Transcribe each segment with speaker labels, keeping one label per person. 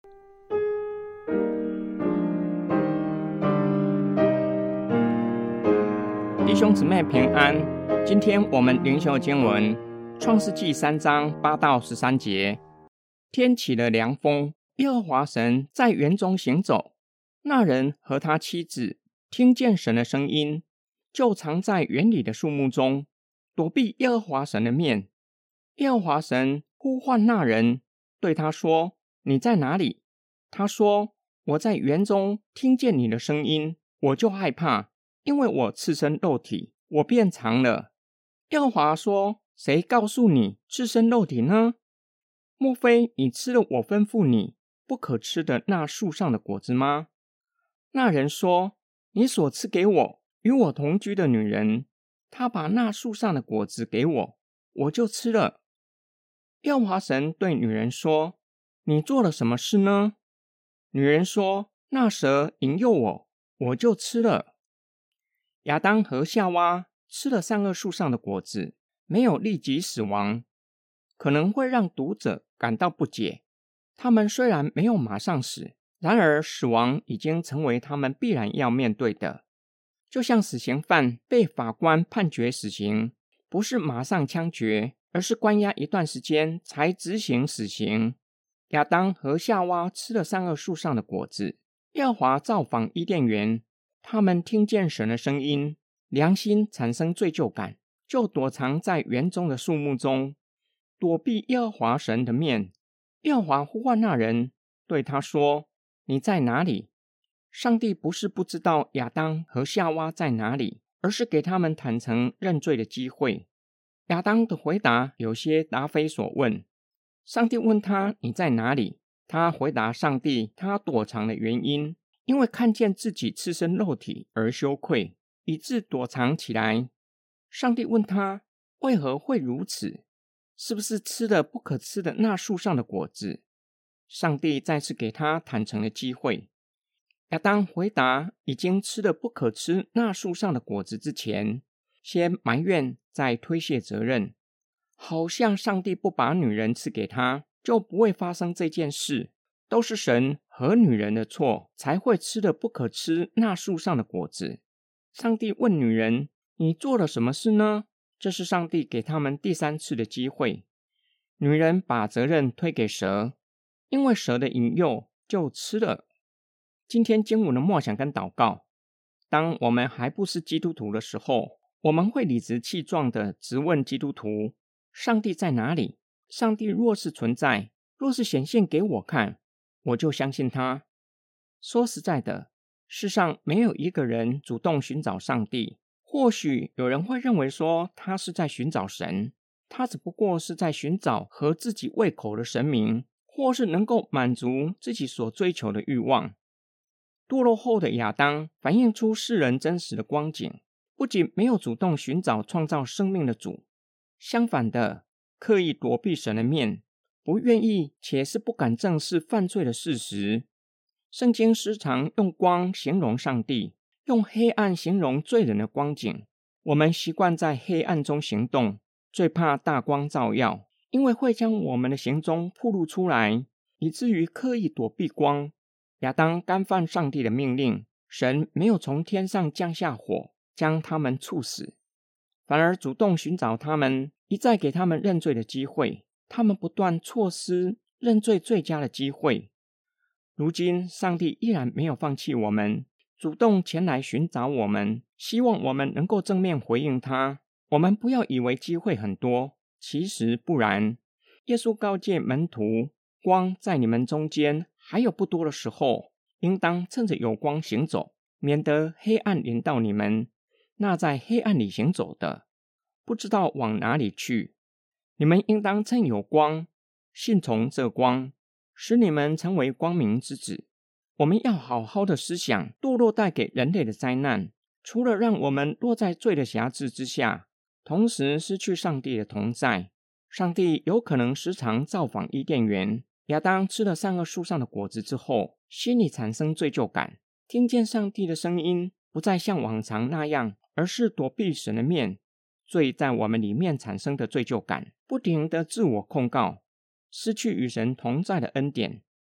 Speaker 1: 弟兄姊妹平安，今天我们灵修经文创世纪3章8到13节。天起了凉风，耶和华神在园中行走，那人和他妻子听见神的声音，就藏在园里的树木中，躲避耶和华神的面。耶和华神呼唤那人，对他说：你在哪里？他说：我在园中听见你的声音，我就害怕，因为我赤身肉体，我便藏了。耶和华说：谁告诉你赤身肉体呢？莫非你吃了我吩咐你不可吃的那树上的果子吗？那人说：你所赐给我与我同居的女人，她把那树上的果子给我，我就吃了。耶和华神对女人说：你做了什么事呢？女人说：那蛇引诱我，我就吃了。亚当和夏娃吃了善恶树上的果子，没有立即死亡，可能会让读者感到不解。他们虽然没有马上死，然而死亡已经成为他们必然要面对的。就像死刑犯被法官判决死刑，不是马上枪决，而是关押一段时间才执行死刑。亚当和夏娃吃了善恶树上的果子，耶和华造访伊甸园，他们听见神的声音，良心产生罪疚感，就躲藏在园中的树木中，躲避耶和华神的面。耶和华呼唤那人，对他说：你在哪里？上帝不是不知道亚当和夏娃在哪里，而是给他们坦诚认罪的机会。亚当的回答有些答非所问。上帝问他：你在哪里？他回答上帝他躲藏的原因，因为看见自己赤身肉体而羞愧，以致躲藏起来。上帝问他：为何会如此？是不是吃了不可吃的那树上的果子？上帝再次给他坦诚的机会。亚当回答：已经吃了不可吃那树上的果子之前，先埋怨，再推卸责任，好像上帝不把女人赐给他，就不会发生这件事，都是神和女人的错，才会吃了不可吃那树上的果子。上帝问女人：你做了什么事呢？这是上帝给他们第3次的机会。女人把责任推给蛇，因为蛇的引诱就吃了。今天经文的默想跟祷告，当我们还不是基督徒的时候，我们会理直气壮地质问基督徒：上帝在哪里？上帝若是存在，若是显现给我看，我就相信他。说实在的，世上没有一个人主动寻找上帝。或许有人会认为说他是在寻找神，他只不过是在寻找合自己胃口的神明，或是能够满足自己所追求的欲望。堕落后的亚当反映出世人真实的光景，不仅没有主动寻找创造生命的主，相反的，刻意躲避神的面，不愿意且是不敢正视犯罪的事实。圣经时常用光形容上帝，用黑暗形容罪人的光景。我们习惯在黑暗中行动，最怕大光照耀，因为会将我们的行踪暴露出来，以至于刻意躲避光。亚当干犯上帝的命令，神没有从天上降下火将他们处死，反而主动寻找他们，一再给他们认罪的机会。他们不断错失认罪最佳的机会。如今上帝依然没有放弃我们，主动前来寻找我们，希望我们能够正面回应他。我们不要以为机会很多，其实不然。耶稣告诫门徒，光在你们中间还有不多的时候，应当趁着有光行走，免得黑暗临到你们。那在黑暗里行走的，不知道往哪里去。你们应当趁有光，信从这光，使你们成为光明之子。我们要好好的思想堕落带给人类的灾难，除了让我们落在罪的辖制之下，同时失去上帝的同在。上帝有可能时常造访伊甸园。亚当吃了善恶树上的果子之后，心里产生罪疚感，听见上帝的声音，不再像往常那样，而是躲避神的面。罪在我们里面产生的罪疚感，不停的自我控告，失去与神同在的恩典。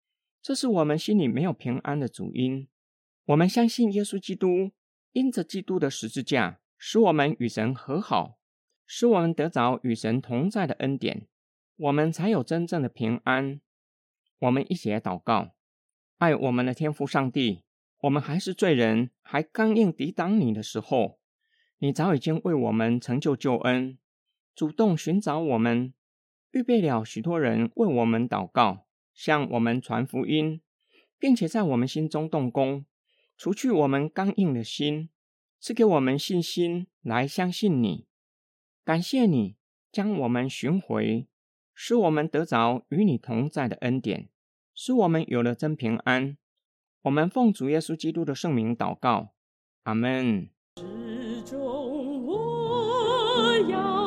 Speaker 1: 这是我们心里没有平安的主因。我们相信耶稣基督因着基督的十字架，使我们与神和好，使我们得着与神同在的恩典，我们才有真正的平安。我们一起来祷告。爱我们的天父上帝，我们还是罪人，还刚硬抵挡你的时候，你早已经为我们成就救恩，主动寻找我们，预备了许多人为我们祷告，向我们传福音，并且在我们心中动工，除去我们刚硬的心，赐给我们信心来相信你。感谢你将我们寻回，使我们得着与你同在的恩典，使我们有了真平安。我们奉主耶稣基督的圣名祷告，阿们。
Speaker 2: 始终我要